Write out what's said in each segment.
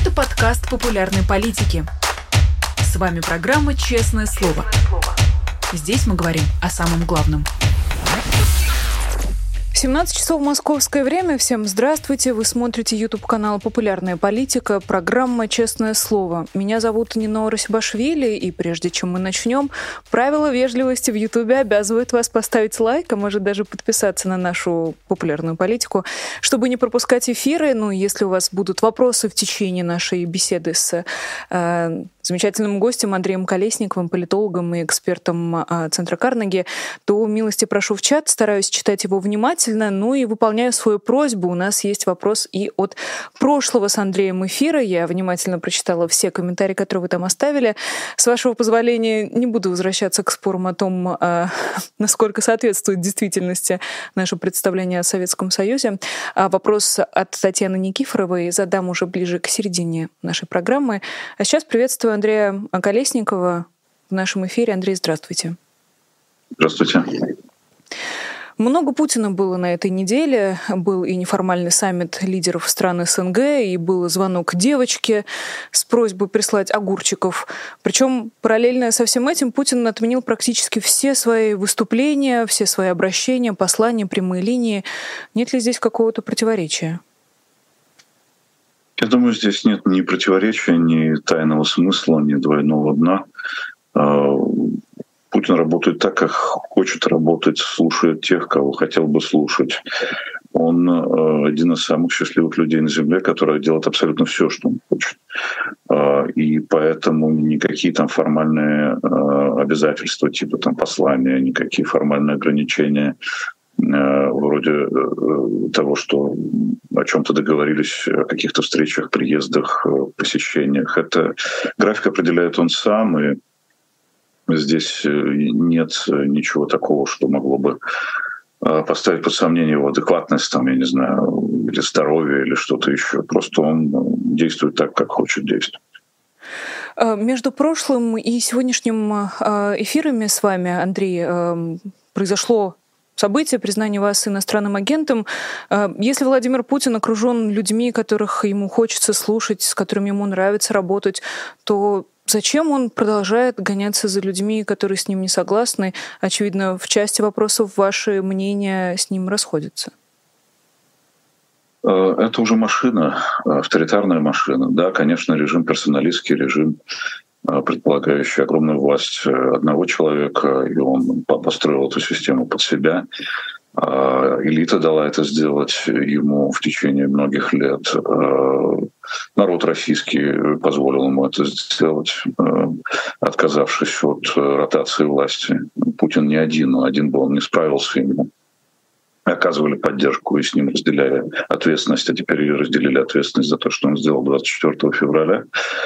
Это подкаст популярной политики. С вами программа «Честное слово». Здесь мы говорим о самом главном. 17 часов московское время. Всем здравствуйте. Вы смотрите YouTube-канал «Популярная политика», программа «Честное слово». Меня зовут Нино Расибашвили, и прежде чем мы начнем, правила вежливости в YouTube обязывают вас поставить лайк, а может даже подписаться на нашу популярную политику, чтобы не пропускать эфиры. Ну, если у вас будут вопросы в течение нашей беседы с замечательным гостем Андреем Колесниковым, политологом и экспертом Центра Карнеги, то милости прошу в чат, стараюсь читать его внимательно, ну и выполняю свою просьбу. У нас есть вопрос и от прошлого с Андреем эфира. Я внимательно прочитала все комментарии, которые вы там оставили. С вашего позволения не буду возвращаться к спорам о том, насколько соответствует действительности наше представление о Советском Союзе. Вопрос от Татьяны Никифоровой задам уже ближе к середине нашей программы. А сейчас приветствую Андрея Колесникова в нашем эфире. Андрей, здравствуйте. Здравствуйте. Много Путина было на этой неделе. Был и неформальный саммит лидеров стран СНГ, и был звонок девочке с просьбой прислать огурчиков. Причем параллельно со всем этим Путин отменил практически все свои выступления, все свои обращения, послания, прямые линии. Нет ли здесь какого-то противоречия? Я думаю, здесь нет ни противоречия, ни тайного смысла, ни двойного дна. Путин работает так, как хочет работать, слушает тех, кого хотел бы слушать. Он один из самых счастливых людей на Земле, который делает абсолютно все, что он хочет. И поэтому никакие там формальные обязательства, типа там послания, никакие формальные ограничения вроде того, что о чем-то договорились, о каких-то встречах, приездах, посещениях. Это график определяет он сам, и здесь нет ничего такого, что могло бы поставить под сомнение его адекватность, там, я не знаю, или здоровье, или что-то еще. Просто он действует так, как хочет действовать. Между прошлым и сегодняшним эфирами с вами, Андрей, произошло событие, признание вас иностранным агентом. Если Владимир Путин окружен людьми, которых ему хочется слушать, с которыми ему нравится работать, то зачем он продолжает гоняться за людьми, которые с ним не согласны? Очевидно, в части вопросов ваши мнения с ним расходятся. Это уже машина, авторитарная машина. Да, конечно, режим персоналистский, режим, предполагающий огромную власть одного человека, и он построил эту систему под себя. Элита дала это сделать ему в течение многих лет. Народ российский позволил ему это сделать, отказавшись от ротации власти. Путин не один, но один бы он не справился, ему оказывали поддержку и с ним разделяли ответственность, а теперь и разделили ответственность за то, что он сделал 24 февраля.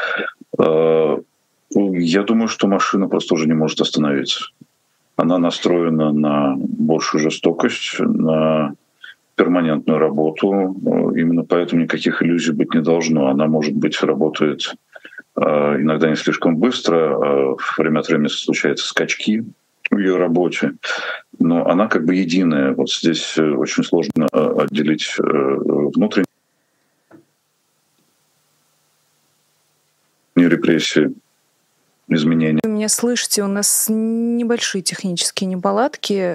Я думаю, что машина просто уже не может остановиться. Она настроена на большую жестокость, на перманентную работу. Именно поэтому никаких иллюзий быть не должно. Она, может быть, работает иногда не слишком быстро, время от времени случаются скачки в ее работе, но она как бы единая. Вот здесь очень сложно отделить внутренние репрессии, изменения. Вы меня слышите? У нас небольшие технические неполадки.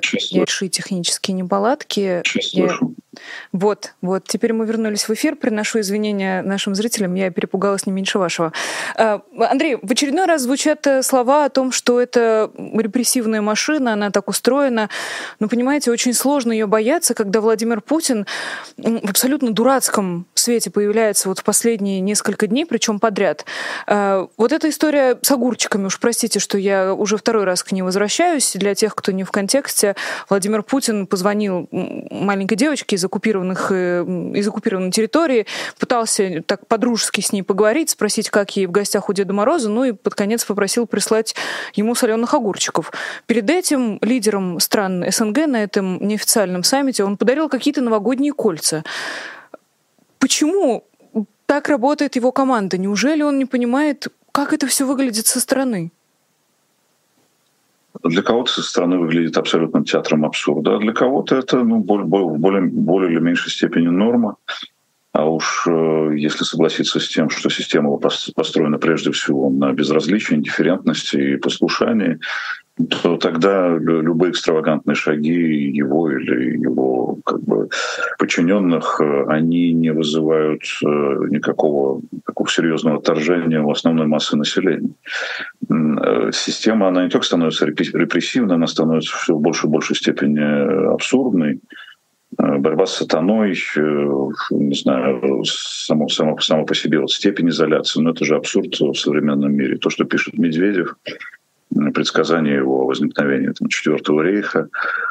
Вот, теперь мы вернулись в эфир. Приношу извинения нашим зрителям. Я перепугалась не меньше вашего. Андрей, в очередной раз звучат слова о том, что это репрессивная машина, она так устроена. Но, понимаете, очень сложно ее бояться, когда Владимир Путин в абсолютно дурацком свете появляется вот в последние несколько дней, причем подряд. Вот эта история с огурчиками, уж простите, что я уже второй раз к ней возвращаюсь. Для тех, кто не в контексте, Владимир Путин позвонил маленькой девочке из оккупированной территории, пытался так по-дружески с ней поговорить, спросить, как ей в гостях у Деда Мороза, ну и под конец попросил прислать ему соленых огурчиков. Перед этим лидерам стран СНГ на этом неофициальном саммите он подарил какие-то новогодние кольца. Почему так работает его команда? Неужели он не понимает, как это все выглядит со стороны? Для кого-то со стороны выглядит абсолютно театром абсурда, а для кого-то это в более или меньшей степени норма. А уж если согласиться с тем, что система построена прежде всего на безразличии, индифферентности и послушании, то тогда любые экстравагантные шаги его или его подчиненных, они не вызывают никакого такого серьезного отторжения у основной массы населения. Система, она не только становится репрессивной, она становится все в большей и большей степени абсурдной. Борьба с сатаной, не знаю, само по себе степень изоляции, но это же абсурд в современном мире. То, что пишет Медведев, предсказание его возникновения Четвертого рейха,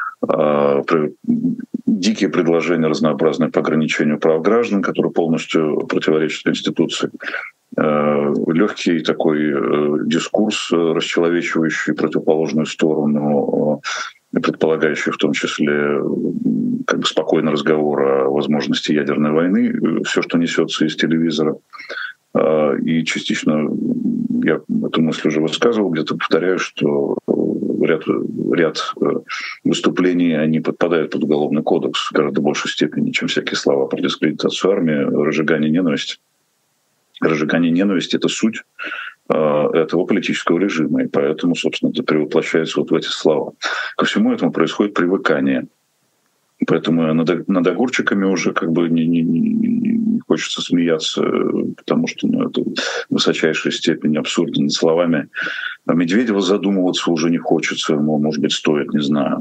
дикие предложения разнообразные по ограничению прав граждан, которые полностью противоречат Конституции, легкий такой дискурс, расчеловечивающий противоположную сторону, предполагающий в том числе спокойный разговор о возможности ядерной войны, все, что несется из телевизора. И частично я эту мысль уже высказывал, где-то повторяю, что ряд выступлений, они подпадают под уголовный кодекс в гораздо большей степени, чем всякие слова про дискредитацию армии, разжигание ненависти. Разжигание ненависти — это суть этого политического режима, и поэтому, собственно, это перевоплощается в эти слова. Ко всему этому происходит привыкание. Поэтому над огурчиками уже не хочется смеяться, потому что это высочайшая степень абсурда над словами. А Медведева задумываться уже не хочется, может быть, стоит, не знаю.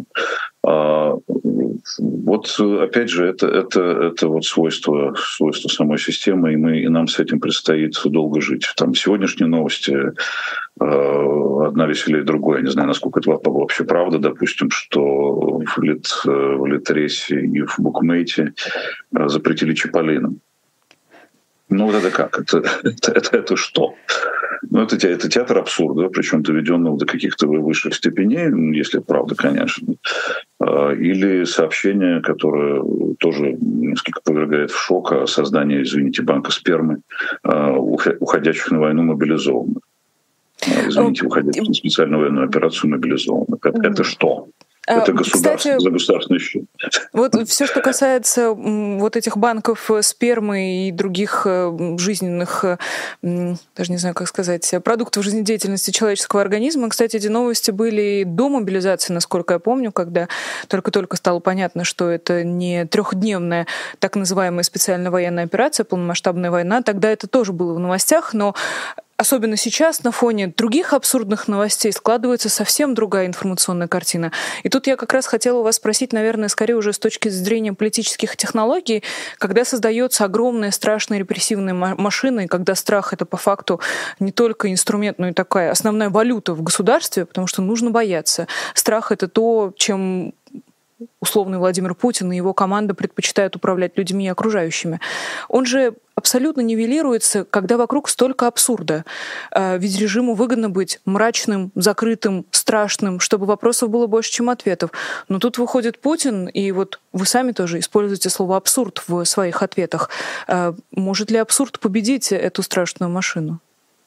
Вот опять же, это вот свойство самой системы, и нам с этим предстоит долго жить. Там сегодняшние новости, одна веселее другой. Я не знаю, насколько это вообще правда. Допустим, что в Литресе и в Букмейте запретили Чиполлино. Ну вот это как? Это что? Ну, это театр абсурда, причем доведенного до каких-то высших степеней, если это правда, конечно. Или сообщение, которое тоже несколько повергает в шок о создании, извините, банка спермы, уходящих на войну мобилизованных. Извините, уходящих на специальную военную операцию мобилизованных. Это что? Это государство, за государственный счет. Вот все, что касается вот этих банков спермы и других жизненных, даже не знаю, как сказать, продуктов жизнедеятельности человеческого организма. Кстати, эти новости были до мобилизации, насколько я помню, когда только-только стало понятно, что это не трехдневная так называемая специальная военная операция, полномасштабная война. Тогда это тоже было в новостях, но особенно сейчас на фоне других абсурдных новостей складывается совсем другая информационная картина. И тут я как раз хотела у вас спросить, наверное, скорее уже с точки зрения политических технологий, когда создается огромная, страшная репрессивная машина, и когда страх — это по факту не только инструмент, но и такая основная валюта в государстве, потому что нужно бояться. Страх — это то, чем условный Владимир Путин и его команда предпочитают управлять людьми и окружающими. Он же абсолютно нивелируется, когда вокруг столько абсурда. Ведь режиму выгодно быть мрачным, закрытым, страшным, чтобы вопросов было больше, чем ответов. Но тут выходит Путин, и вот вы сами тоже используете слово «абсурд» в своих ответах. Может ли абсурд победить эту страшную машину?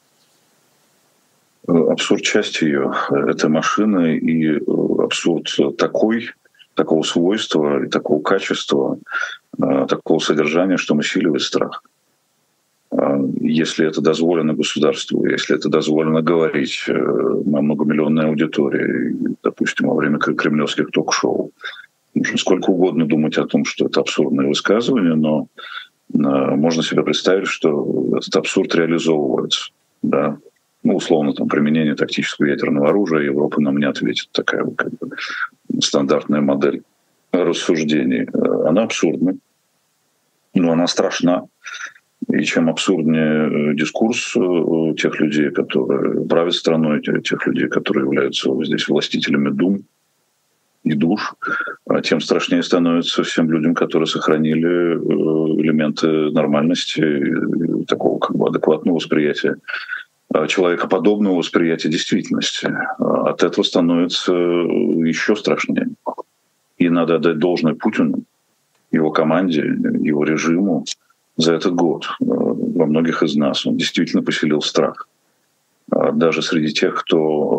Абсурд — часть ее. Это машина, и абсурд такого свойства и такого качества, такого содержания, что усиливает страх. Если это дозволено государству, если это дозволено говорить на многомиллионной аудитории, допустим, во время кремлевских ток-шоу, можно сколько угодно думать о том, что это абсурдное высказывание, но можно себе представить, что этот абсурд реализовывается. Да? Условно, применение тактического ядерного оружия Европа нам не ответит. Такая стандартная модель рассуждений. Она абсурдна, но она страшна. И чем абсурднее дискурс тех людей, которые правят страной, тех людей, которые являются здесь властителями дум и душ, тем страшнее становится всем людям, которые сохранили элементы нормальности, такого адекватного восприятия, человекоподобного восприятия действительности. От этого становится еще страшнее. И надо отдать должное Путину, его команде, его режиму за этот год. Во многих из нас он действительно поселил страх. Даже среди тех, кто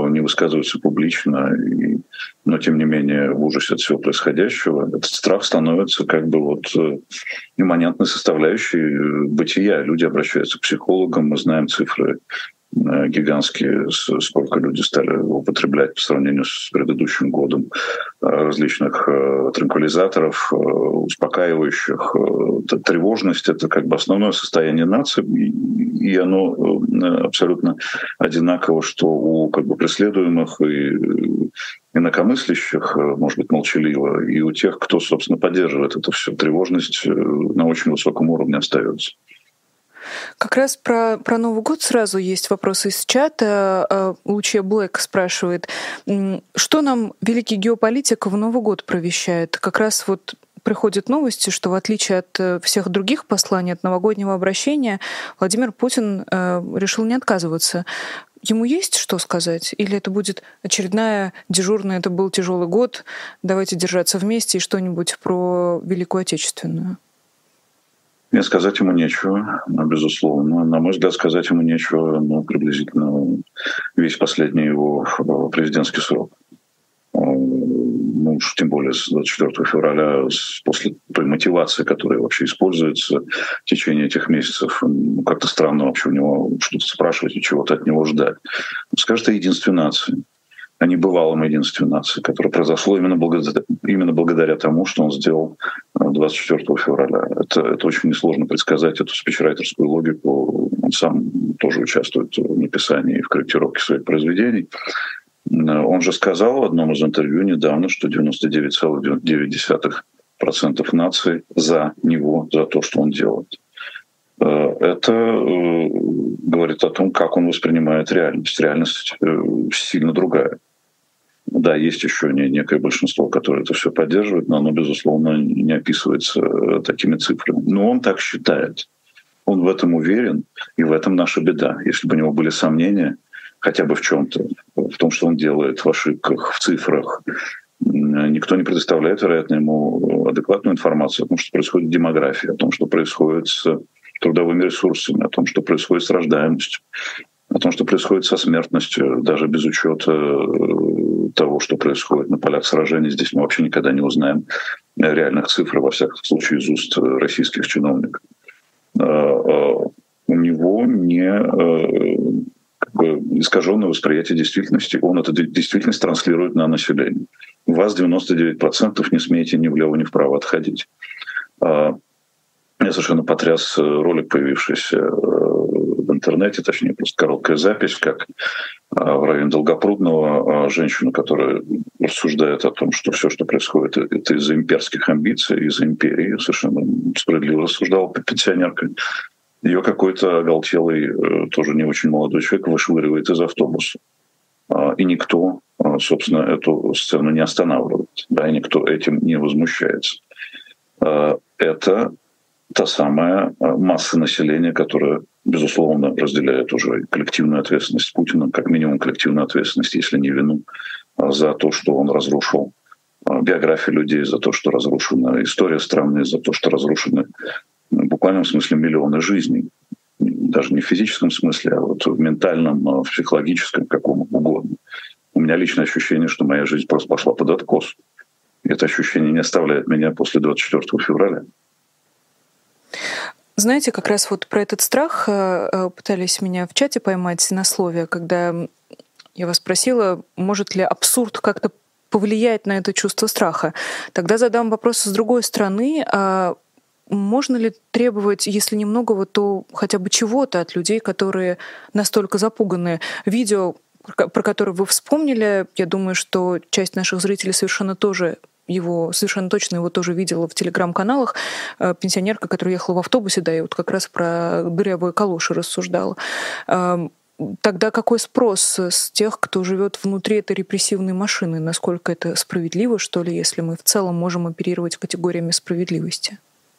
не высказываются публично, но тем не менее в ужасе от всего происходящего, этот страх становится как бы имманентной составляющей бытия. Люди обращаются к психологам, мы знаем цифры гигантские, сколько люди стали употреблять по сравнению с предыдущим годом различных транквилизаторов, успокаивающих. Тревожность — это как бы основное состояние нации, и оно абсолютно одинаково, что у как бы преследуемых и инакомыслящих, может быть, молчаливо, и у тех, кто, собственно, поддерживает это все. Тревожность на очень высоком уровне остается. Как раз про Новый год сразу есть вопросы из чата. Лучия Блэк спрашивает, что нам великий геополитик в Новый год провещает? Как раз приходят новости, что в отличие от всех других посланий, от новогоднего обращения, Владимир Путин решил не отказываться. Ему есть что сказать? Или это будет очередная дежурная, это был тяжелый год, давайте держаться вместе и что-нибудь про Великую Отечественную? Нет, сказать ему нечего, безусловно. На мой взгляд, сказать ему нечего, приблизительно весь последний его президентский срок. Уж тем более с 24 февраля, после той мотивации, которая вообще используется в течение этих месяцев, как-то странно вообще у него что-то спрашивать и чего-то от него ждать. Скажет о единстве нации, о небывалом единстве нации, которое произошло именно благодаря тому, что он сделал 24 февраля. Это очень несложно предсказать, эту спичрайтерскую логику. Он сам тоже участвует в написании и в корректировке своих произведений. Он же сказал в одном из интервью недавно, что 99,9% нации за него, за то, что он делает. Это говорит о том, как он воспринимает реальность. Реальность сильно другая. Да, есть еще некое большинство, которое это все поддерживает, но оно, безусловно, не описывается такими цифрами. Но он так считает. Он в этом уверен, и в этом наша беда. Если бы у него были сомнения хотя бы в чем-то, в том, что он делает, в ошибках, в цифрах, никто не предоставляет, вероятно, ему адекватную информацию о том, что происходит в демографии, о том, что происходит с трудовыми ресурсами, о том, что происходит с рождаемостью, о том, что происходит со смертностью, даже без учета того, что происходит на полях сражений. Здесь мы вообще никогда не узнаем реальных цифр, во всяком случае, из уст российских чиновников. У него искаженное восприятие действительности. Он эту действительность транслирует на население. Вас 99% не смеете ни влево, ни вправо отходить. Я совершенно потряс ролик, появившийся в интернете, точнее, просто короткая запись, как в районе Долгопрудного женщину, которая рассуждает о том, что все, что происходит, это из-за имперских амбиций, из-за империи, совершенно справедливо рассуждала пенсионерка. Ее какой-то оголтелый, тоже не очень молодой человек вышвыривает из автобуса. И никто, собственно, эту сцену не останавливает, да, и никто этим не возмущается. Это та самая масса населения, которая, безусловно, разделяет уже коллективную ответственность с Путиным, как минимум коллективную ответственность, если не вину, за то, что он разрушил биографию людей, за то, что разрушена история страны, за то, что разрушены в буквальном смысле миллионы жизней. Даже не в физическом смысле, а в ментальном, в психологическом, каком угодно. У меня личное ощущение, что моя жизнь просто пошла под откос. И это ощущение не оставляет меня после 24 февраля. Знаете, как раз про этот страх пытались меня в чате поймать на слове, когда я вас спросила, может ли абсурд как-то повлиять на это чувство страха. Тогда задам вопрос с другой стороны. Можно ли требовать, если немного, то хотя бы чего-то от людей, которые настолько запуганы? Видео, про которое вы вспомнили, я думаю, что часть наших зрителей совершенно точно его тоже видела в телеграм-каналах. Пенсионерка, которая ехала в автобусе, да, и как раз про дырявые калоши рассуждала. Тогда какой спрос с тех, кто живет внутри этой репрессивной машины? Насколько это справедливо, что ли, если мы в целом можем оперировать категориями справедливости?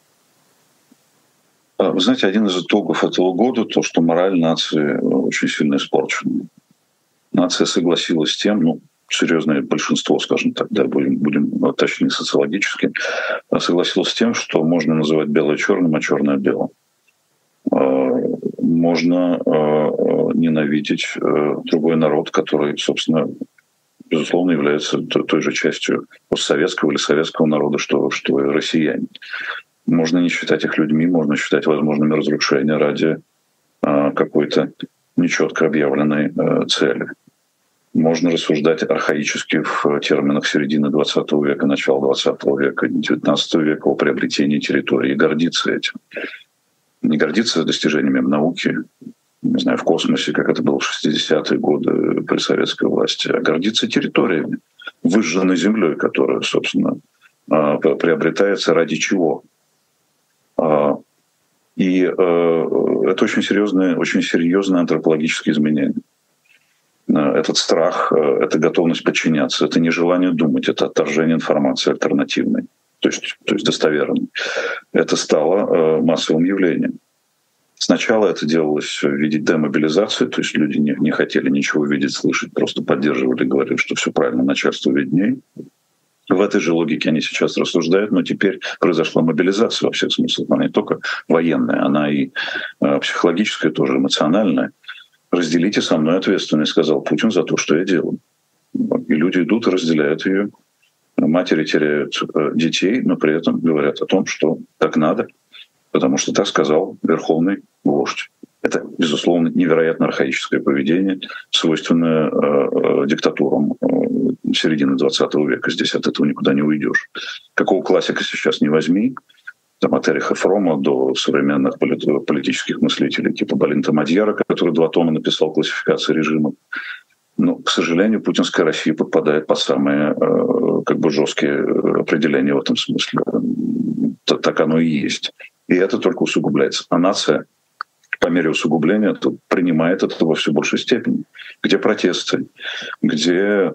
Вы знаете, один из итогов этого года — то, что мораль нации очень сильно испорчена. Нация согласилась с тем, серьезное большинство, скажем так, да, будем точнее социологически, согласилось с тем, что можно называть белое черным, а черное белым. можно ненавидеть другой народ, который, собственно, безусловно, является той же частью постсоветского или советского народа, что и россияне. Можно не считать их людьми, можно считать возможными разрушения ради какой-то нечетко объявленной цели. Можно рассуждать архаически в терминах середины XX века, начала XX века, XIX века о приобретении территории и гордиться этим. Не гордиться достижениями науки, не знаю, в космосе, как это было в 60-е годы при советской власти, а гордиться территориями, выжженной землей, которая, собственно, приобретается ради чего. И это очень серьезное антропологическое изменение. Этот страх, это готовность подчиняться, это нежелание думать, это отторжение информации альтернативной, то есть достоверной. Это стало массовым явлением. Сначала это делалось в виде демобилизации, то есть люди не хотели ничего видеть, слышать, просто поддерживали, говорили, что все правильно, начальство виднее. В этой же логике они сейчас рассуждают, но теперь произошла мобилизация во всех смыслах. Она не только военная, она и психологическая, тоже эмоциональная. «Разделите со мной ответственность», — сказал Путин, — «за то, что я делаю». И люди идут и разделяют ее. Матери теряют детей, но при этом говорят о том, что так надо, потому что так сказал верховный вождь. Это, безусловно, невероятно архаическое поведение, свойственное диктатурам середины XX века. Здесь от этого никуда не уйдешь. Какого классика сейчас не возьми, там, от Эриха Фрома до современных политических мыслителей типа Балинта Мадьяра, который 2 тома написал «Классификацию режимов». Но, к сожалению, путинская Россия подпадает под самые жесткие определения в этом смысле. Так оно и есть. И это только усугубляется. А нация по мере усугубления принимает это во все большей степени. Где протесты, где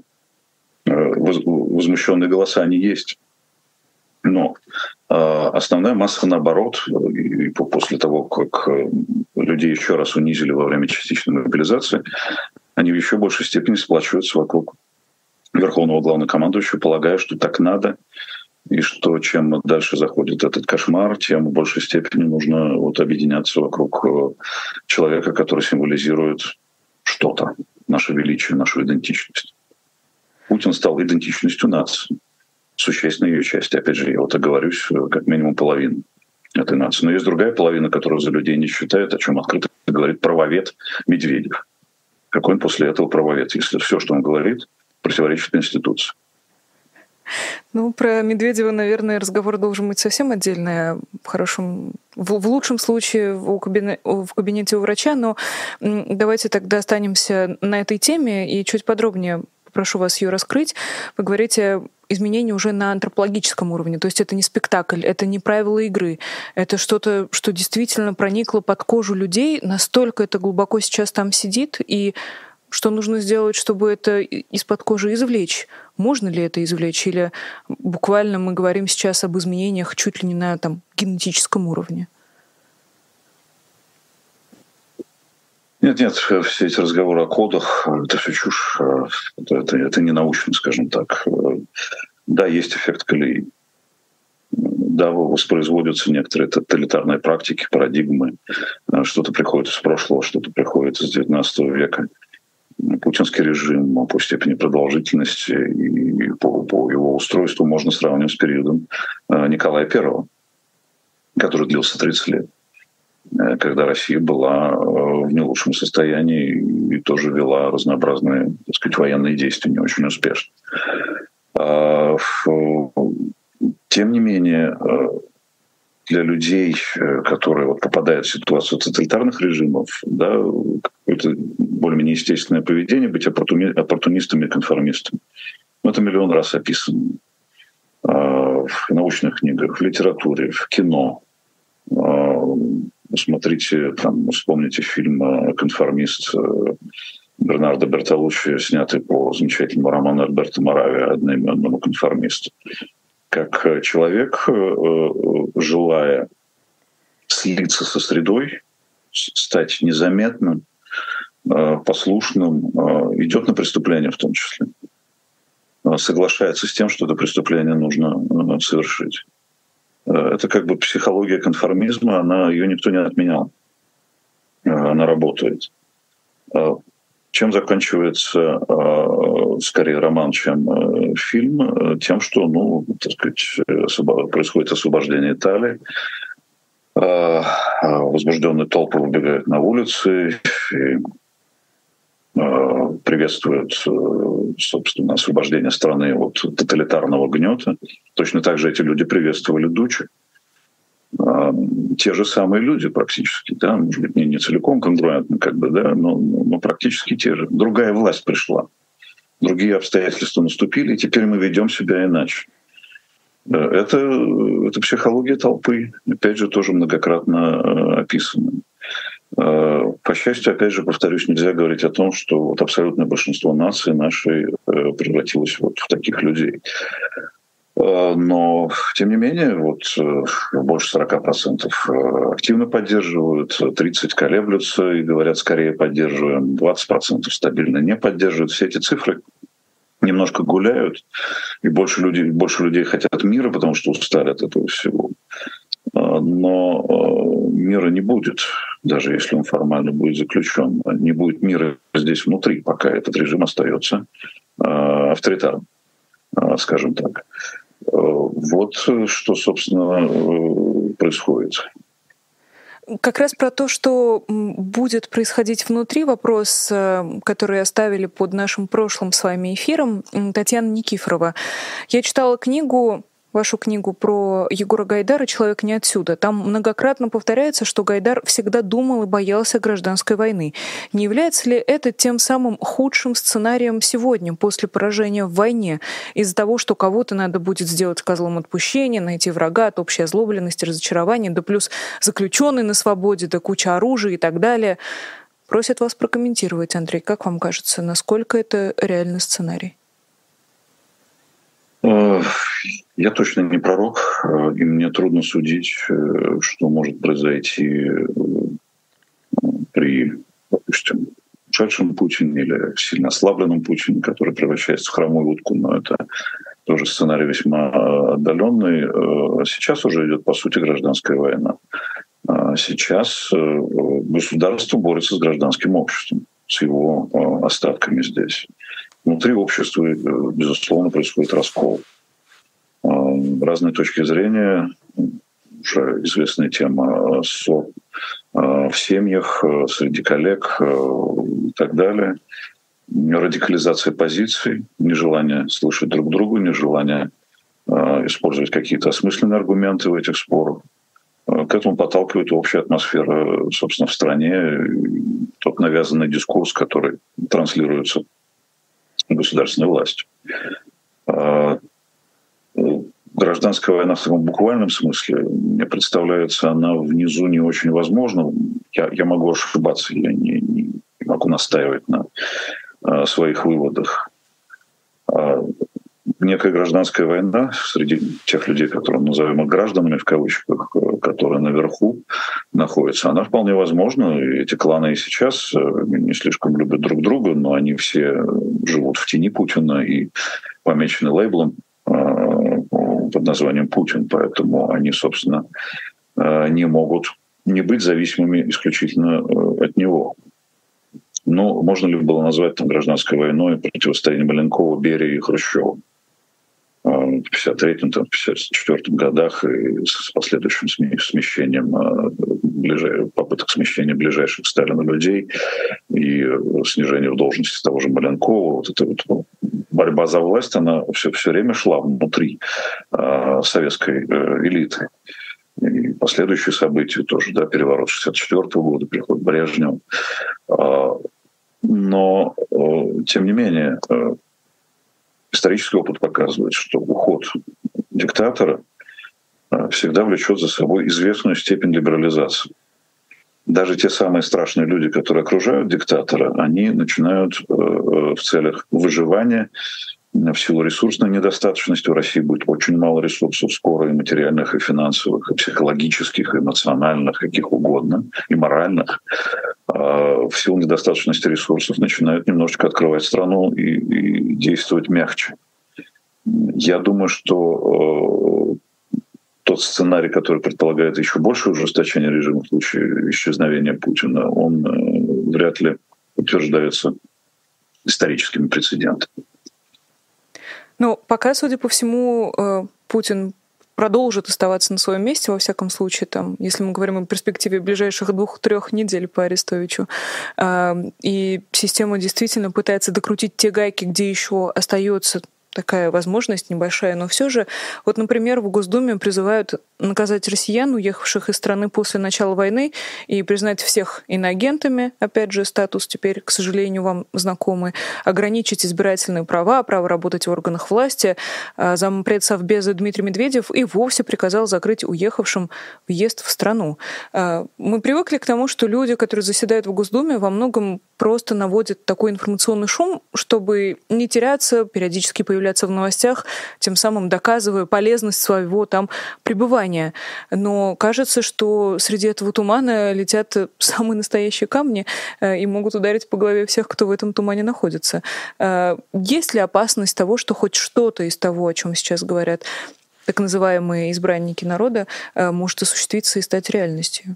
возмущенные голоса, они есть. Но основная масса, наоборот, и после того, как людей еще раз унизили во время частичной мобилизации, они в еще большей степени сплачиваются вокруг верховного главнокомандующего, полагая, что так надо, и что чем дальше заходит этот кошмар, тем в большей степени нужно объединяться вокруг человека, который символизирует что-то, наше величие, нашу идентичность. Путин стал идентичностью нации, существенной ее части. Опять же, я оговорюсь, как минимум половину этой нации. Но есть другая половина, которая за людей не считает, о чем открыто говорит правовед Медведев. Какой он после этого правовед, если все, что он говорит, противоречит Конституции? Про Медведева, наверное, разговор должен быть совсем отдельный. В лучшем случае в кабинете у врача, но давайте тогда останемся на этой теме и чуть подробнее прошу вас ее раскрыть. Вы говорите изменения уже на антропологическом уровне. То есть это не спектакль, это не правила игры. Это что-то, что действительно проникло под кожу людей. Настолько это глубоко сейчас там сидит. И что нужно сделать, чтобы это из-под кожи извлечь? Можно ли это извлечь? Или буквально мы говорим сейчас об изменениях чуть ли не на генетическом уровне? Нет, все эти разговоры о кодах — это все чушь, это не научно, скажем так. Да, есть эффект колеи. Да, воспроизводятся некоторые тоталитарные практики, парадигмы. Что-то приходит из прошлого, что-то приходит из XIX века. Путинский режим по степени продолжительности и по его устройству можно сравнивать с периодом Николая I, который длился 30 лет, когда Россия была в не лучшем состоянии и тоже вела разнообразные, военные действия не очень успешно. Тем не менее, для людей, которые попадают в ситуацию тоталитарных режимов, да, какое-то более-менее естественное поведение — быть оппортунистами и конформистами. Это миллион раз описано в научных книгах, в литературе, в кино. Смотрите, вспомните фильм «Конформист» Бернардо Бертолуччи, снятый по замечательному роману Альберто Моравия «Одноименному конформисту». Как человек, желая слиться со средой, стать незаметным, послушным, идет на преступление в том числе. Соглашается с тем, что это преступление нужно совершить. Это психология конформизма, ее никто не отменял. она работает. Чем заканчивается скорее роман, чем фильм? Тем, что, происходит освобождение Италии, возбужденные толпы выбегают на улицы и приветствуют, собственно, освобождение страны от тоталитарного гнета. Точно так же эти люди приветствовали Дуччи. Те же самые люди практически, да, может быть, не целиком конгруентно, но практически те же. Другая власть пришла, другие обстоятельства наступили, и теперь мы ведем себя иначе. Это психология толпы, опять же, тоже многократно описана. По счастью, опять же, повторюсь, нельзя говорить о том, что абсолютное большинство наций нашей превратилось в таких людей. Но, тем не менее, больше 40% активно поддерживают, 30% колеблются и говорят, скорее поддерживаем, 20% стабильно не поддерживают. Все эти цифры немножко гуляют, и больше людей хотят мира, потому что устали от этого всего. Но мира не будет, даже если он формально будет заключен. Не будет мира здесь внутри, пока этот режим остается авторитарным, скажем так. Вот что, собственно, происходит. Как раз про то, что будет происходить внутри, вопрос, который оставили под нашим прошлым с вами эфиром, Татьяна Никифорова. Я читала вашу книгу про Егора Гайдара «Человек не отсюда». Там многократно повторяется, что Гайдар всегда думал и боялся гражданской войны. Не является ли это тем самым худшим сценарием сегодня, после поражения в войне, из-за того, что кого-то надо будет сделать козлом отпущения, найти врага от общей озлобленности, разочарования, да плюс заключенный на свободе, да куча оружия и так далее? Просят вас прокомментировать, Андрей. Как вам кажется, насколько это реальный сценарий? Я точно не пророк, и мне трудно судить, что может произойти при, допустим, ушедшем Путине или сильно ослабленном Путине, который превращается в хромую утку, но это тоже сценарий весьма отдаленный. Сейчас уже идет, по сути, гражданская война. Сейчас государство борется с гражданским обществом, с его остатками здесь. Внутри общества, безусловно, происходит раскол. Разные точки зрения, уже известная тема ссор в семьях, среди коллег и так далее. Радикализация позиций, нежелание слышать друг друга, нежелание использовать какие-то осмысленные аргументы в этих спорах. К этому подталкивает общая атмосфера, собственно, в стране, тот навязанный дискурс, который транслируется государственной властью. Гражданская война в таком буквальном смысле, мне представляется, она внизу не очень возможна. Я могу ошибаться, я не могу настаивать на своих выводах. Некая гражданская война среди тех людей, которые мы назовем их гражданами в кавычках, которые наверху находятся, она вполне возможна. И эти кланы и сейчас не слишком любят друг друга, но они все живут в тени Путина и помечены лейблом под названием Путин, поэтому они, собственно, не могут не быть зависимыми исключительно от него. Но можно ли было назвать там гражданской войной противостояние Маленкова, Берии и Хрущева в 1953-1954 годах и с последующим смещением, попыток смещения ближайших к Сталину людей и снижение в должности того же Маленкова. Вот эта борьба за власть, она все время шла внутри советской элиты. И последующие события тоже, да, переворот 1964 года, приход Брежнева. Но, тем не менее, исторический опыт показывает, что уход диктатора всегда влечет за собой известную степень либерализации. Даже те самые страшные люди, которые окружают диктатора, они начинают в целях выживания, в силу ресурсной недостаточности, у России будет очень мало ресурсов скоро, и материальных, и финансовых, и психологических, и эмоциональных, каких угодно, и моральных. В силу недостаточности ресурсов начинают немножечко открывать страну и действовать мягче. Я думаю, что тот сценарий, который предполагает еще большее ужесточение режима в случае исчезновения Путина, он вряд ли утверждается историческими прецедентами. Но пока, судя по всему, Путин продолжит оставаться на своем месте, во всяком случае, там, если мы говорим о перспективе ближайших 2-3 недель по Арестовичу. И система действительно пытается докрутить те гайки, где еще остается такая возможность небольшая, но все же, вот, например, в Госдуме призывают наказать россиян, уехавших из страны после начала войны, и признать всех иноагентами, опять же, статус теперь, к сожалению, вам знакомый, ограничить избирательные права, право работать в органах власти. Зампред Совбеза Дмитрий Медведев и вовсе приказал закрыть уехавшим въезд в страну. Мы привыкли к тому, что люди, которые заседают в Госдуме, во многом просто наводят такой информационный шум, чтобы не теряться, периодически появляться в новостях, тем самым доказывая полезность своего там пребывания. Но кажется, что среди этого тумана летят самые настоящие камни и могут ударить по голове всех, кто в этом тумане находится. Есть ли опасность того, что хоть что-то из того, о чем сейчас говорят так называемые избранники народа, может осуществиться и стать реальностью?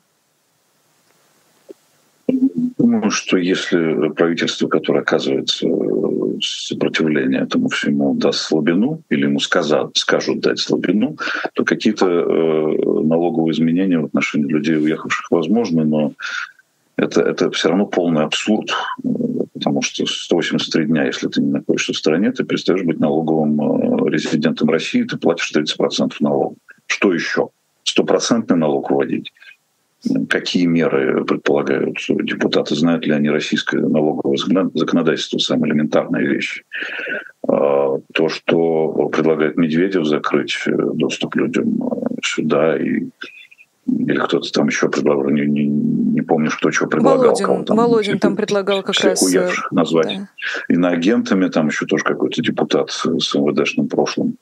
Думаю, что если правительство, которое оказывается сопротивление этому всему, даст слабину, или ему скажут дать слабину, то какие-то налоговые изменения в отношении людей, уехавших, возможны, но это все равно полный абсурд, потому что 183 дня, если ты не находишься в стране, ты перестаешь быть налоговым резидентом России, ты платишь 30% налогов. Что еще? 100% налог вводить? Какие меры предполагают депутаты? Знают ли они российское налоговое законодательство? Самые элементарные вещи. То, что предлагает Медведев, закрыть доступ людям сюда, или кто-то там еще предлагал, не помню, кто чего предлагал. Володин там предлагал как раз... уехавших назвать иноагентами, там еще тоже какой-то депутат с МВДшным прошлым.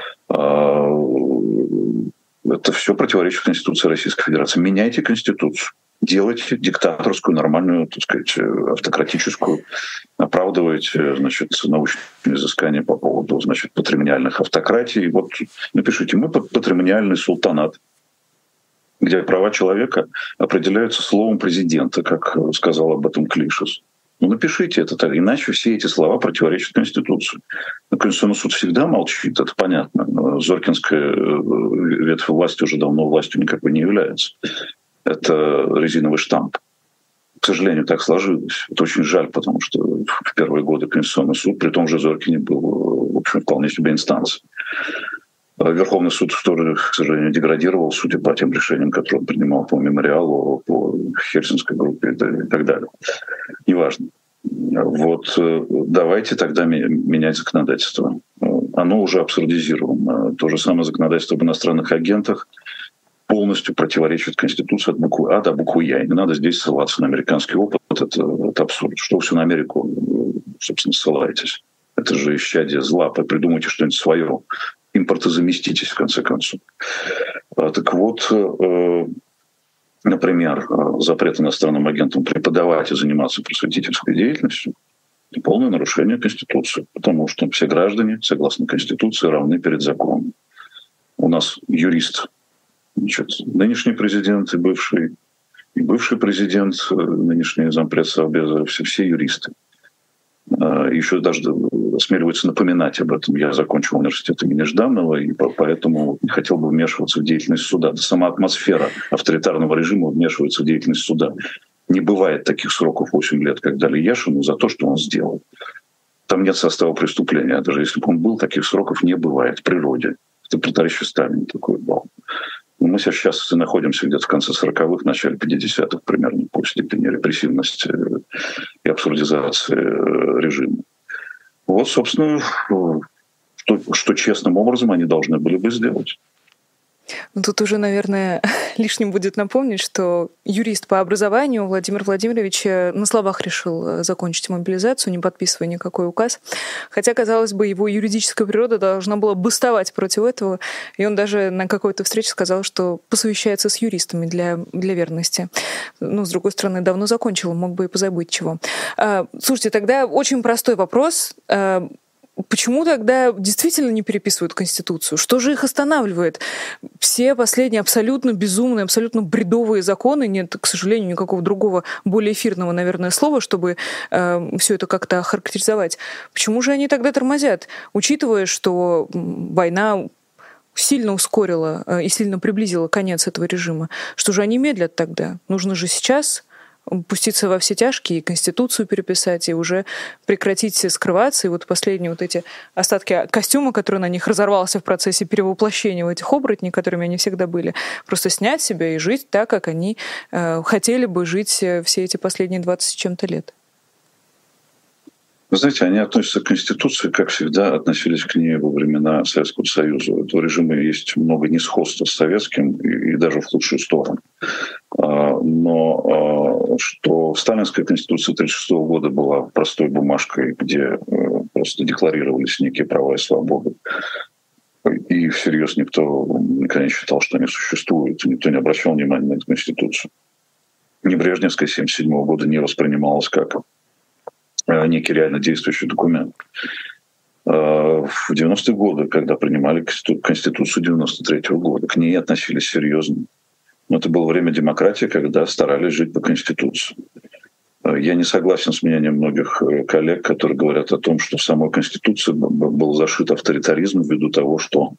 Это все противоречит Конституции Российской Федерации. Меняйте Конституцию. Делайте диктаторскую, нормальную, так сказать, автократическую. Оправдывайте, значит, научные изыскания по поводу, значит, патримониальных автократий. Вот напишите, мы патримониальный султанат, где права человека определяются словом президента, как сказал об этом Клишес. Ну, напишите это так, иначе все эти слова противоречат Конституции. Но Конституционный суд всегда молчит, это понятно. Зоркинская ветвь власти уже давно властью никакой не является. Это резиновый штамп. К сожалению, так сложилось. Это очень жаль, потому что в первые годы Конституционный суд, при том же Зоркине, был, в общем, вполне себе инстанцией. Верховный суд тоже, к сожалению, деградировал, судя по тем решениям, которые он принимал по мемориалу, по Хельсинской группе и так далее. Неважно. Вот давайте тогда менять законодательство. Оно уже абсурдизировано. То же самое законодательство об иностранных агентах полностью противоречит Конституции от буквы А до буквы Я. И не надо здесь ссылаться на американский опыт. Это абсурд. Что вы все на Америку, собственно, ссылаетесь? Это же исчадие зла. Придумайте что-нибудь свое. Импортозаместитесь, в конце концов. Так вот, например, запрет иностранным агентам преподавать и заниматься просветительской деятельностью — это полное нарушение Конституции, потому что все граждане, согласно Конституции, равны перед законом. У нас юрист, значит, нынешний президент и бывший президент, нынешний зампред Совбеза, все юристы. Еще даже осмеливаются напоминать об этом. Я закончил университет имени Жданова, и поэтому не хотел бы вмешиваться в деятельность суда. Да сама атмосфера авторитарного режима вмешивается в деятельность суда. Не бывает таких сроков 8 лет, как дали Яшину за то, что он сделал. Там нет состава преступления. Даже если бы он был, таких сроков не бывает в природе. Это при товарище Сталине такой был. Мы сейчас находимся где-то в конце 40-х, начале 50-х примерно по степени репрессивности и абсурдизации режима. Вот, собственно, что честным образом они должны были бы сделать. Ну, тут уже, наверное, лишним будет напомнить, что юрист по образованию Владимир Владимирович на словах решил закончить мобилизацию, не подписывая никакой указ. Хотя, казалось бы, его юридическая природа должна была бастовать против этого. И он даже на какой-то встрече сказал, что посовещается с юристами для верности. Ну, с другой стороны, давно закончил, мог бы и позабыть чего. Слушайте, тогда очень простой вопрос. почему тогда действительно не переписывают Конституцию? Что же их останавливает? Все последние абсолютно безумные, абсолютно бредовые законы, нет, к сожалению, никакого другого, более эфирного, наверное, слова, чтобы все это как-то охарактеризовать. Почему же они тогда тормозят? Учитывая, что война сильно ускорила и сильно приблизила конец этого режима, что же они медлят тогда? Нужно же сейчас пуститься во все тяжкие, и Конституцию переписать, и уже прекратить скрываться. И вот последние вот эти остатки костюма, который на них разорвался в процессе перевоплощения в этих оборотней, которыми они всегда были, просто снять себя и жить так, как они хотели бы жить все эти последние 20 с чем-то лет. Вы знаете, они относятся к Конституции, как всегда, относились к ней во времена Советского Союза. У этого режима есть много несходства с советским и даже в худшую сторону. Но что сталинская Конституция 1936 года была простой бумажкой, где просто декларировались некие права и свободы, и всерьез никто никогда не считал, что они существуют, никто не обращал внимания на эту Конституцию. Ни Брежневская 1977 года не воспринималась как некий реально действующий документ. В 90-е годы, когда принимали Конституцию 93-го года, к ней относились серьезно. Но это было время демократии, когда старались жить по Конституции. Я не согласен с мнением многих коллег, которые говорят о том, что в самой Конституции был зашит авторитаризм ввиду того, что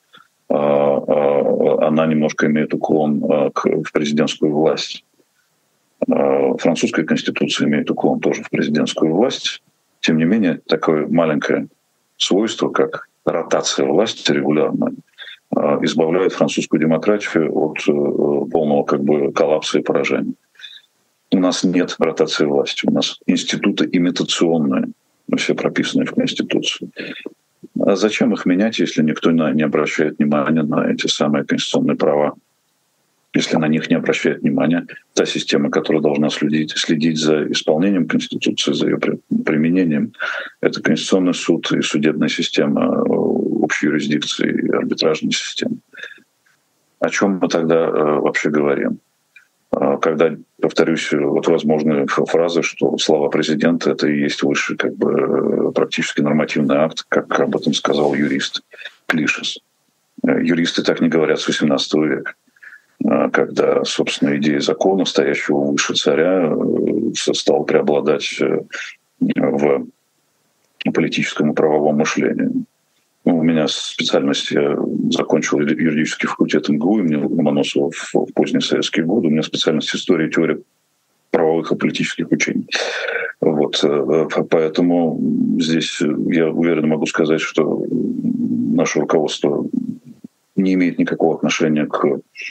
она немножко имеет уклон в президентскую власть. Французская конституция имеет уклон тоже в президентскую власть. Тем не менее, такое маленькое свойство, как ротация власти регулярно, избавляет французскую демократию от полного коллапса и поражения. У нас нет ротации власти, у нас институты имитационные, все прописаны в Конституции. А зачем их менять, если никто не обращает внимания на эти самые конституционные права? Если на них не обращает внимания та система, которая должна следить за исполнением Конституции, за ее применением, это Конституционный суд и судебная система общей юрисдикции и арбитражная система. О чем мы тогда вообще говорим? Когда, повторюсь, вот возможны фразы, что слова президента — это и есть высший практически нормативный акт, как об этом сказал юрист Клишес. Юристы так не говорят с XVIII века, когда, собственно, идея закона, стоящего выше царя, стала преобладать в политическом и правовом мышлении. У меня специальность, я закончил юридический факультет МГУ имени Ломоносова в поздние советские годы. У меня специальность история и теория правовых и политических учений. Вот. Поэтому здесь я уверенно могу сказать, что наше руководство не имеет никакого отношения к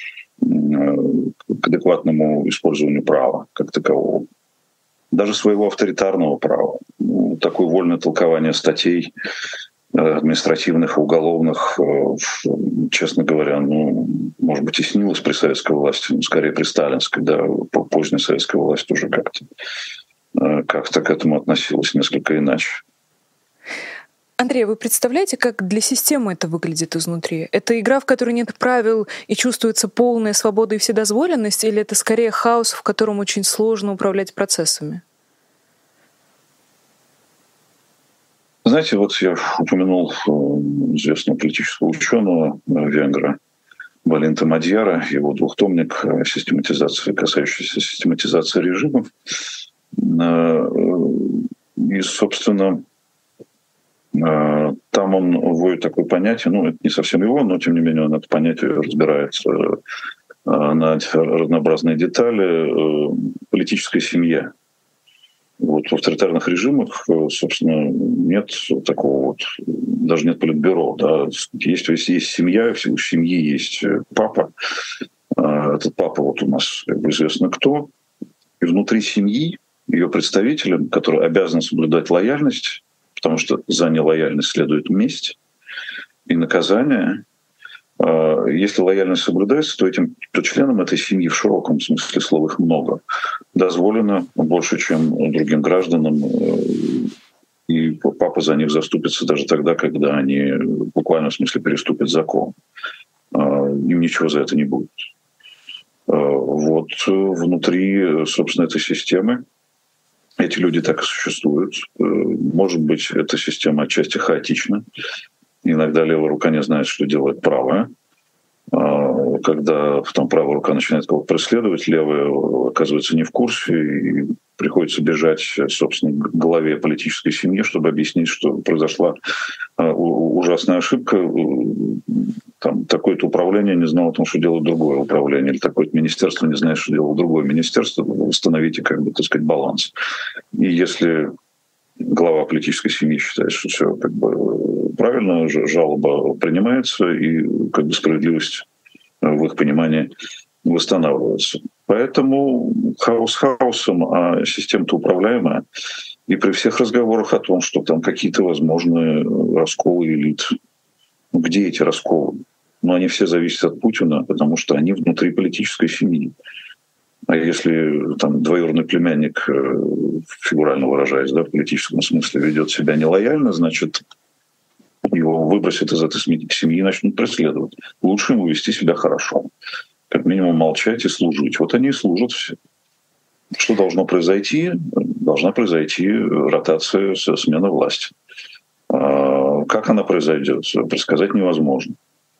адекватному использованию права как такового. Даже своего авторитарного права. Такое вольное толкование статей административных и уголовных, честно говоря, может быть, и снилось при советской власти, но скорее при сталинской, да, поздняя советская власть уже как-то к этому относилась несколько иначе. Андрей, вы представляете, как для системы это выглядит изнутри? Это игра, в которой нет правил и чувствуется полная свобода и вседозволенность, или это скорее хаос, в котором очень сложно управлять процессами? Знаете, вот я упомянул известного политического ученого венгра Валинта Мадьяра, его двухтомник систематизации, касающийся систематизации режимов. И, собственно, там он вводит такое понятие, это не совсем его, но тем не менее он это понятие разбирает на разнообразные детали политической семьи. Вот в авторитарных режимах, собственно, нет такого даже нет политбюро, да, есть семья, у семьи есть папа. Этот папа у нас известно кто. И внутри семьи ее представителям, которые обязаны соблюдать лояльность, потому что за нелояльность следует месть и наказание. Если лояльность соблюдается, то членам этой семьи в широком смысле слова их много, дозволено больше, чем другим гражданам, и папа за них заступится даже тогда, когда они в буквальном смысле переступят закон. Им ничего за это не будет. Вот внутри, собственно, этой системы Эти люди так и существуют. Может быть, эта система отчасти хаотична. Иногда левая рука не знает, что делает правая. Когда там правая рука начинает кого-то преследовать, левая оказывается не в курсе, и приходится бежать, собственно, к главе политической семьи, чтобы объяснить, что произошла ужасная ошибка. Там такое-то управление не знало о том, что делает другое управление, или такое-то министерство не знает, что делает другое министерство. Восстановите, как бы, так сказать, баланс. И если глава политической семьи считает, что все как бы правильно, жалоба принимается, и как бы справедливость в их понимании восстанавливается. Поэтому хаос хаосом, а система-то управляемая. И при всех разговорах о том, что там какие-то возможные расколы элит, где эти расколы? Они все зависят от Путина, потому что они внутри политической семьи. А если там двоюродный племянник, фигурально выражаясь, в политическом смысле, ведет себя нелояльно, значит, его выбросят из этой семьи и начнут преследовать. Лучше ему вести себя хорошо. Как минимум молчать и служить. Вот они и служат все. Что должно произойти? Должна произойти ротация, смена власти. Как она произойдет, предсказать невозможно.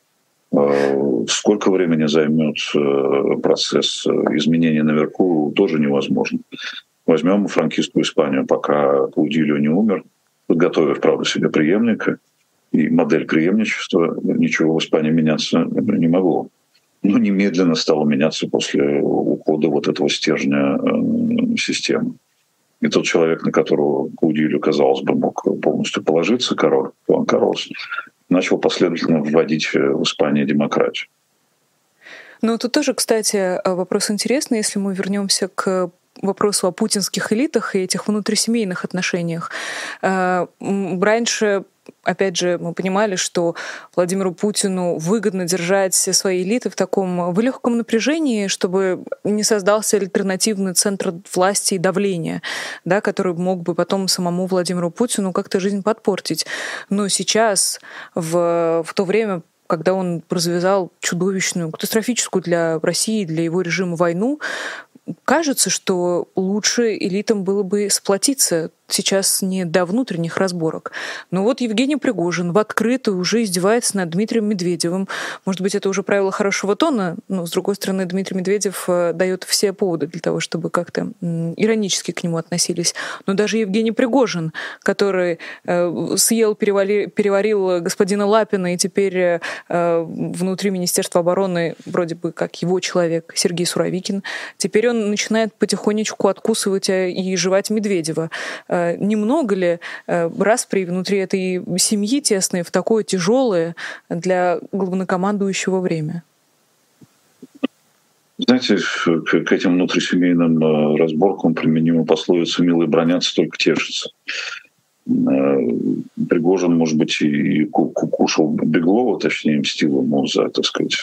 Сколько времени займет процесс изменения наверху, тоже невозможно. Возьмем франкистскую Испанию, пока Каудильо не умер, подготовив, правда, себе преемника, и модель преемничества, ничего в Испании меняться не могло. Но немедленно стало меняться после ухода вот этого стержня системы. И тот человек, на которого Каудильо, казалось бы, мог полностью положиться, король Хуан Карлос, начал последовательно вводить в Испании демократию. Ну, тут тоже, кстати, вопрос интересный, если мы вернемся к вопросу о путинских элитах и этих внутрисемейных отношениях. Раньше, опять же, мы понимали, что Владимиру Путину выгодно держать свои элиты в легком напряжении, чтобы не создался альтернативный центр власти и давления, да, который мог бы потом самому Владимиру Путину как-то жизнь подпортить. Но сейчас, в то время, когда он развязал чудовищную, катастрофическую для России, для его режима войну, кажется, что лучше элитам было бы сплотиться. Сейчас не до внутренних разборок. Но вот Евгений Пригожин в открытую уже издевается над Дмитрием Медведевым. Может быть, это уже правило хорошего тона, но, с другой стороны, Дмитрий Медведев дает все поводы для того, чтобы как-то иронически к нему относились. Но даже Евгений Пригожин, который переварил господина Лапина, и теперь внутри Министерства обороны вроде бы как его человек Сергей Суровикин, теперь он начинает потихонечку откусывать и жевать Медведева. Немного ли распри внутри этой семьи тесной в такое тяжелое для главнокомандующего время? Знаете, к этим внутрисемейным разборкам применима пословица «милые бранятся, только тешатся». Пригожин, может быть, и кушал Беглова, точнее, мстил ему за, так сказать,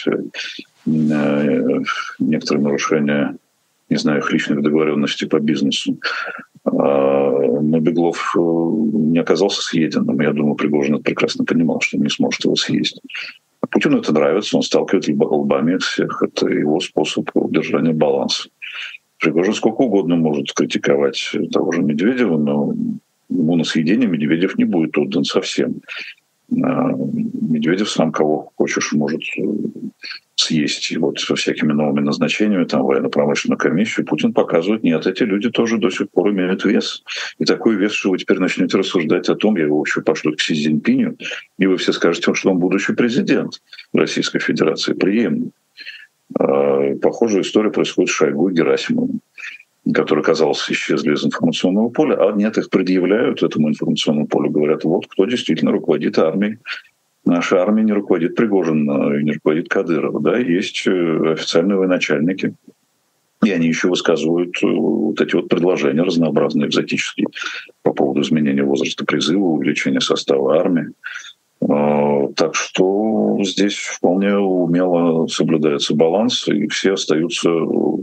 некоторые нарушения, не знаю, их личных договоренностей по бизнесу. Но Беглов не оказался съеденным. Я думаю, Пригожин это прекрасно понимал, что он не сможет его съесть. А Путину это нравится, он сталкивает лбами всех. Это его способ удержания баланса. Пригожин сколько угодно может критиковать того же Медведева, но ему на съедение Медведев не будет отдан совсем. Медведев сам кого хочешь может съесть. И вот со всякими новыми назначениями, там, военно-промышленную комиссию, Путин показывает, нет, эти люди тоже до сих пор имеют вес. И такой вес, что вы теперь начнете рассуждать о том, я его еще пошлю к Си Цзиньпиню, и вы все скажете, что он будущий президент Российской Федерации, преемник. Похожая история происходит с Шойгу и Герасимовым, которые, казалось, исчезли из информационного поля, а нет, их предъявляют этому информационному полю, говорят, вот кто действительно руководит армией. Наша армия не руководит Пригожин и не руководит Кадыров. Да, есть официальные военачальники, и они еще высказывают вот эти вот предложения разнообразные, экзотические, по поводу изменения возраста призыва, увеличения состава армии. Так что здесь вполне умело соблюдается баланс, и все остаются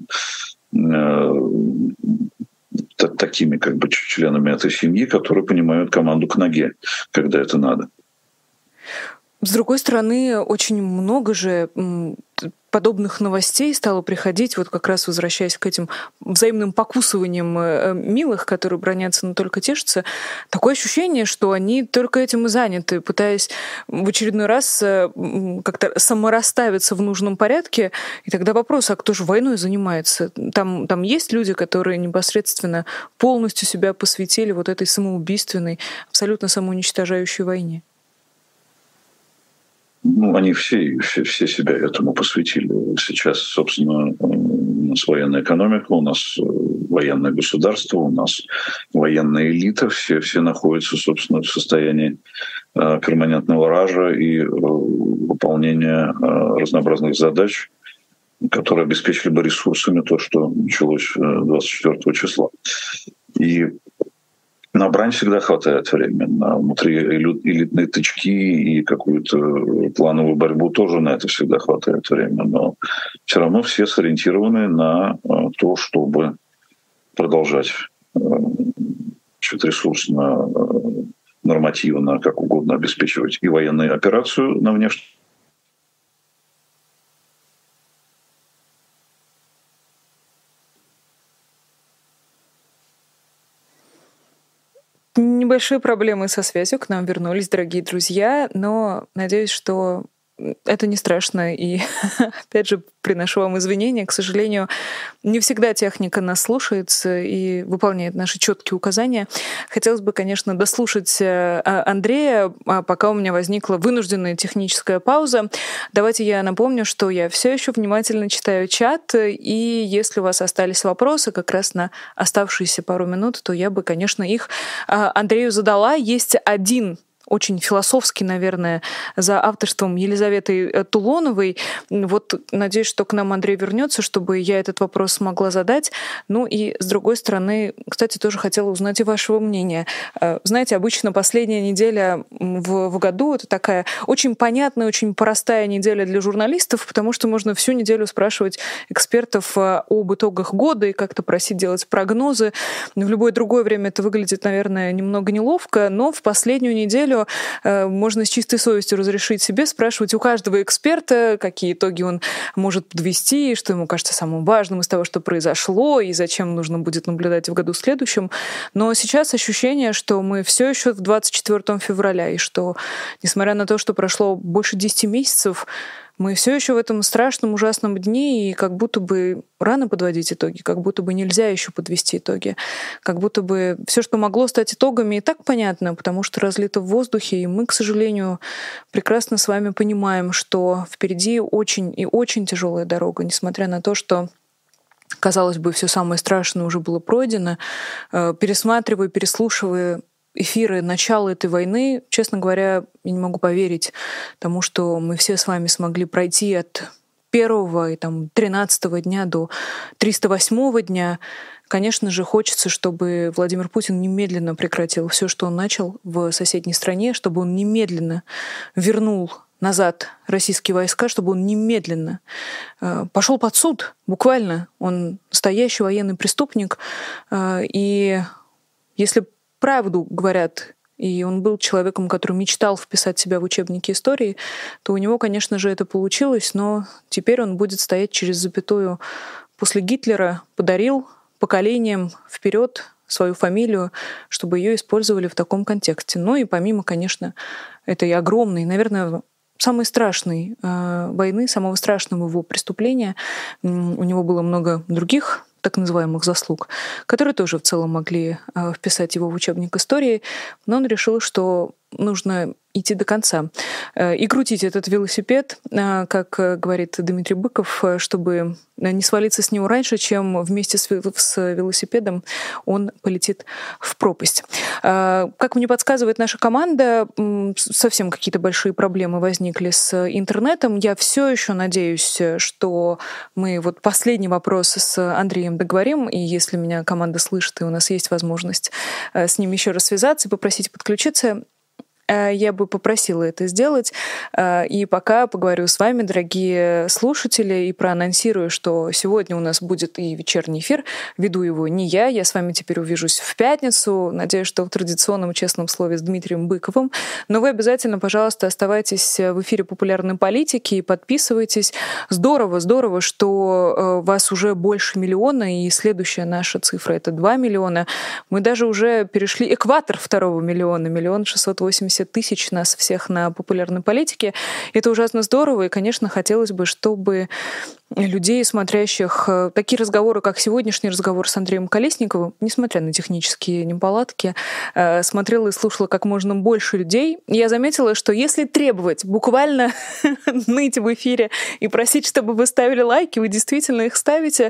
такими как бы членами этой семьи, которые понимают команду к ноге, когда это надо. С другой стороны, очень много же подобных новостей стало приходить, вот как раз возвращаясь к этим взаимным покусываниям милых, которые бранятся, но только тешатся. Такое ощущение, что они только этим и заняты, пытаясь в очередной раз как-то саморасставиться в нужном порядке. И тогда вопрос, а кто же войной занимается? Там есть люди, которые непосредственно полностью себя посвятили вот этой самоубийственной, абсолютно самоуничтожающей войне? Они все себя этому посвятили. Сейчас, собственно, у нас военная экономика, у нас военное государство, у нас военная элита. Все находятся, собственно, в состоянии перманентного ража и выполнения разнообразных задач, которые обеспечили бы ресурсами то, что началось 24 числа. И на брань всегда хватает времени, на внутриэлитные тычки и какую-то плановую борьбу тоже на это всегда хватает времени. Но все равно все сориентированы на то, чтобы продолжать ресурсно, нормативно, как угодно обеспечивать и военную операцию на внешнем. Небольшие проблемы со связью, к нам вернулись, дорогие друзья, но надеюсь, что это не страшно. И опять же, приношу вам извинения. К сожалению, не всегда техника нас слушается и выполняет наши четкие указания. Хотелось бы, конечно, дослушать Андрея, пока у меня возникла вынужденная техническая пауза. Давайте я напомню, что я все еще внимательно читаю чат, и если у вас остались вопросы как раз на оставшиеся пару минут, то я бы, конечно, их Андрею задала. Есть один очень философский, наверное, за авторством Елизаветы Тулоновой. Вот надеюсь, что к нам Андрей вернется, чтобы я этот вопрос смогла задать. Ну и, с другой стороны, кстати, тоже хотела узнать и вашего мнения. Знаете, обычно последняя неделя в году — это такая очень понятная, очень простая неделя для журналистов, потому что можно всю неделю спрашивать экспертов об итогах года и как-то просить делать прогнозы. В любое другое время это выглядит, наверное, немного неловко, но в последнюю неделю можно с чистой совестью разрешить себе спрашивать у каждого эксперта, какие итоги он может подвести, что ему кажется самым важным из того, что произошло, и зачем нужно будет наблюдать в году следующем. Но сейчас ощущение, что мы все еще в 24 февраля, и что, несмотря на то, что прошло больше 10 месяцев, мы все еще в этом страшном, ужасном дне, и как будто бы рано подводить итоги, как будто бы нельзя еще подвести итоги, как будто бы все, что могло стать итогами, и так понятно, потому что разлито в воздухе, и мы, к сожалению, прекрасно с вами понимаем, что впереди очень и очень тяжелая дорога, несмотря на то, что, казалось бы, все самое страшное уже было пройдено. Пересматривая, переслушивая эфиры начала этой войны, честно говоря, я не могу поверить тому, что мы все с вами смогли пройти от 1-го и 13-го дня до 308-го дня. Конечно же, хочется, чтобы Владимир Путин немедленно прекратил все, что он начал в соседней стране, чтобы он немедленно вернул назад российские войска, чтобы он немедленно пошел под суд, буквально. Он настоящий военный преступник. И если правду говорят, и он был человеком, который мечтал вписать себя в учебники истории, то у него, конечно же, это получилось, но теперь он будет стоять через запятую после Гитлера, подарил поколениям вперед свою фамилию, чтобы ее использовали в таком контексте. Ну и помимо, конечно, этой огромной, наверное, самой страшной войны, самого страшного его преступления, у него было много других так называемых заслуг, которые тоже в целом могли вписать его в учебник истории, но он решил, что нужно идти до конца и крутить этот велосипед, как говорит Дмитрий Быков, чтобы не свалиться с него раньше, чем вместе с велосипедом он полетит в пропасть. Как мне подсказывает наша команда, совсем какие-то большие проблемы возникли с интернетом. Я все еще надеюсь, что мы вот последний вопрос с Андреем договорим, и если меня команда слышит, и у нас есть возможность с ним еще раз связаться и попросить подключиться. я бы попросила это сделать. И пока поговорю с вами, дорогие слушатели, и проанонсирую, что сегодня у нас будет и вечерний эфир. Веду его не я с вами теперь увижусь в пятницу. Надеюсь, что в традиционном честном слове с Дмитрием Быковым. Но вы обязательно, пожалуйста, оставайтесь в эфире «Популярной политики» и подписывайтесь. Здорово, что вас уже больше миллиона, и следующая наша цифра — это 2 миллиона. Мы даже уже перешли экватор 2 миллиона, 1 680 000 нас всех на «Популярной политике». Это ужасно здорово, и, конечно, хотелось бы, чтобы людей, смотрящих такие разговоры, как сегодняшний разговор с Андреем Колесниковым, несмотря на технические неполадки, смотрела и слушала как можно больше людей. Я заметила, что если требовать, буквально ныть в эфире и просить, чтобы вы ставили лайки, вы действительно их ставите,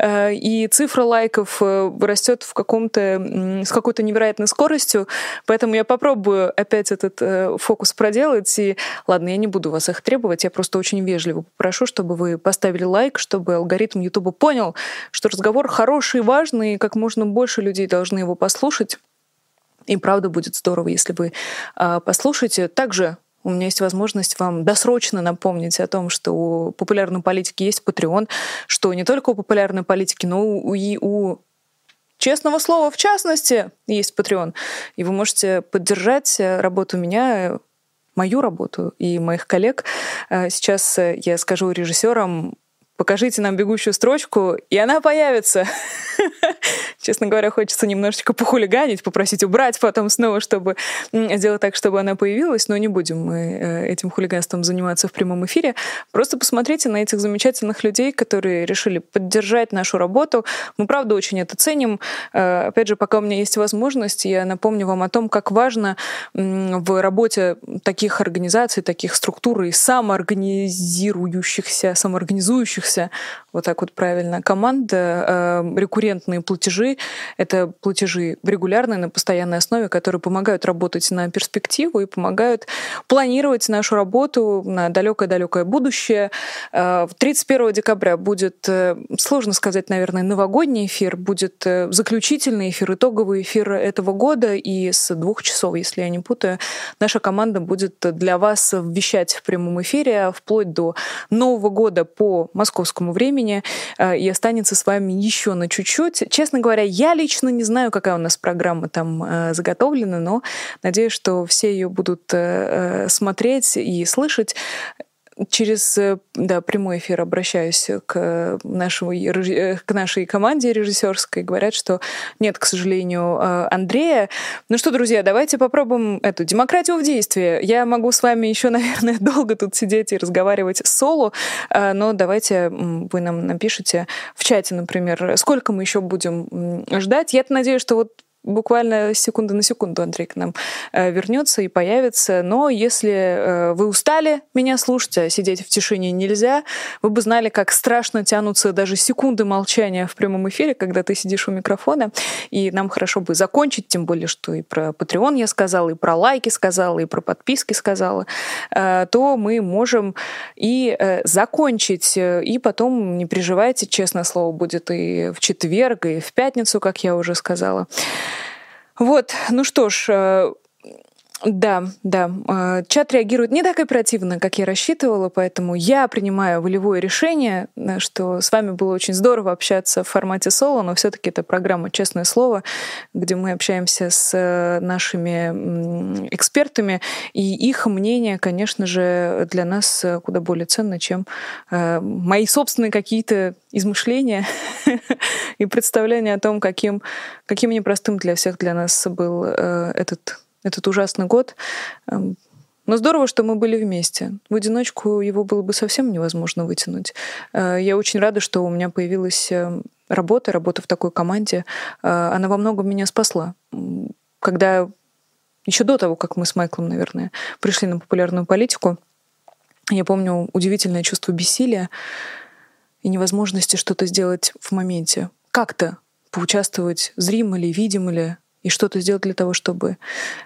и цифра лайков растет с какой-то невероятной скоростью. Поэтому я попробую опять этот фокус проделать. И ладно, я не буду вас их требовать, я просто очень вежливо попрошу, чтобы вы поставили лайк, чтобы алгоритм Ютуба понял, что разговор хороший и важный, и как можно больше людей должны его послушать. И правда будет здорово, если вы послушаете. Также у меня есть возможность вам досрочно напомнить о том, что у «Популярной политики» есть Patreon, что не только у «Популярной политики», но и у «Честного слова» в частности есть Patreon. И вы можете поддержать работу меня, мою работу и моих коллег. Сейчас я скажу режиссерам: покажите нам бегущую строчку, и она появится. Честно говоря, хочется немножечко похулиганить, попросить убрать потом снова, чтобы сделать так, чтобы она появилась, но не будем мы этим хулиганством заниматься в прямом эфире. Просто посмотрите на этих замечательных людей, которые решили поддержать нашу работу. Мы, правда, очень это ценим. Опять же, пока у меня есть возможность, я напомню вам о том, как важно в работе таких организаций, таких структур и самоорганизующихся, вот так вот правильно, команд, рекуррентные платежи. Это платежи регулярные, на постоянной основе, которые помогают работать на перспективу и помогают планировать нашу работу на далекое-далекое будущее. 31 декабря будет, сложно сказать, наверное, новогодний эфир, будет заключительный эфир, итоговый эфир этого года, и с 2 часов, если я не путаю, наша команда будет для вас вещать в прямом эфире вплоть до Нового года по московскому времени, и останется с вами еще на чуть-чуть. Честно говоря, я лично не знаю, какая у нас программа там заготовлена, но надеюсь, что все ее будут смотреть и слышать. Через прямой эфир обращаюсь к нашей команде режиссерской. Говорят, что нет, к сожалению, Андрея. Ну что, друзья, давайте попробуем эту демократию в действии. Я могу с вами еще, наверное, долго тут сидеть и разговаривать соло, но давайте вы нам напишите в чате, например, сколько мы еще будем ждать. Я-то надеюсь, что вот буквально секунда на секунду Андрей к нам вернется и появится. Но если вы устали меня слушать, а сидеть в тишине нельзя, вы бы знали, как страшно тянутся даже секунды молчания в прямом эфире, когда ты сидишь у микрофона. И нам хорошо бы закончить, тем более, что и про Patreon я сказала, и про лайки сказала, и про подписки сказала, то мы можем и закончить. И потом, не переживайте, честное слово, будет и в четверг, и в пятницу, как я уже сказала. Вот, ну что ж, да, чат реагирует не так оперативно, как я рассчитывала, поэтому я принимаю волевое решение, что с вами было очень здорово общаться в формате соло, но все-таки это программа «Честное слово», где мы общаемся с нашими экспертами, и их мнение, конечно же, для нас куда более ценно, чем мои собственные какие-то измышления и представления о том, каким непростым для всех для нас был этот ужасный год. Но здорово, что мы были вместе. В одиночку его было бы совсем невозможно вытянуть. Я очень рада, что у меня появилась работа в такой команде. Она во многом меня спасла. Когда еще до того, как мы с Майклом, наверное, пришли на популярную политику, я помню удивительное чувство бессилия и невозможности что-то сделать в моменте. Как-то поучаствовать, зримо ли, видимо ли, и что-то сделать для того, чтобы,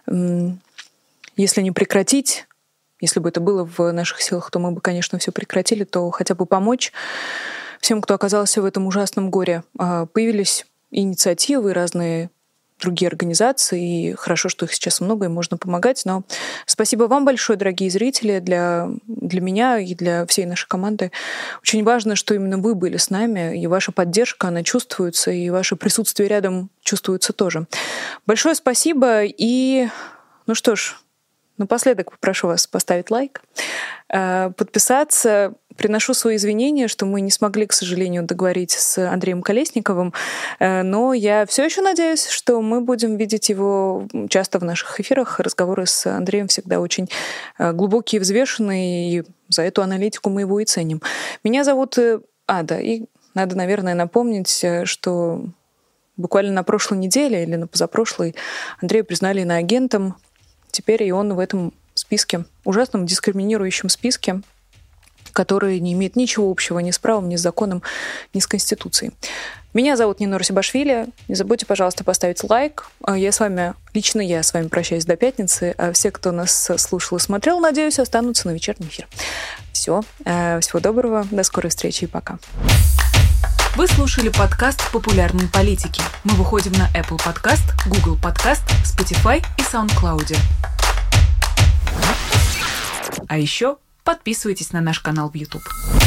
если не прекратить, если бы это было в наших силах, то мы бы, конечно, все прекратили, то хотя бы помочь всем, кто оказался в этом ужасном горе. Появились инициативы, разные другие организации, и хорошо, что их сейчас много, и можно помогать. Но спасибо вам большое, дорогие зрители, для меня и для всей нашей команды. Очень важно, что именно вы были с нами, и ваша поддержка, она чувствуется, и ваше присутствие рядом чувствуется тоже. Большое спасибо, и ну что ж, напоследок попрошу вас поставить лайк, подписаться. Приношу свои извинения, что мы не смогли, к сожалению, договорить с Андреем Колесниковым, но я все еще надеюсь, что мы будем видеть его часто в наших эфирах. Разговоры с Андреем всегда очень глубокие, взвешенные, и за эту аналитику мы его и ценим. Меня зовут... и надо, наверное, напомнить, что буквально на прошлой неделе или на позапрошлой Андрея признали иноагентом. Теперь и он в этом списке, ужасном дискриминирующем списке, который не имеет ничего общего ни с правом, ни с законом, ни с Конституцией. Меня зовут Нина Русибашвили. Не забудьте, пожалуйста, поставить лайк. Лично я с вами прощаюсь до пятницы, а все, кто нас слушал и смотрел, надеюсь, останутся на вечерний эфир. Все. Всего доброго. До скорой встречи и пока. Вы слушали подкаст «Популярные политики». Мы выходим на Apple Podcast, Google Podcast, Spotify и SoundCloud. А еще подписывайтесь на наш канал в YouTube.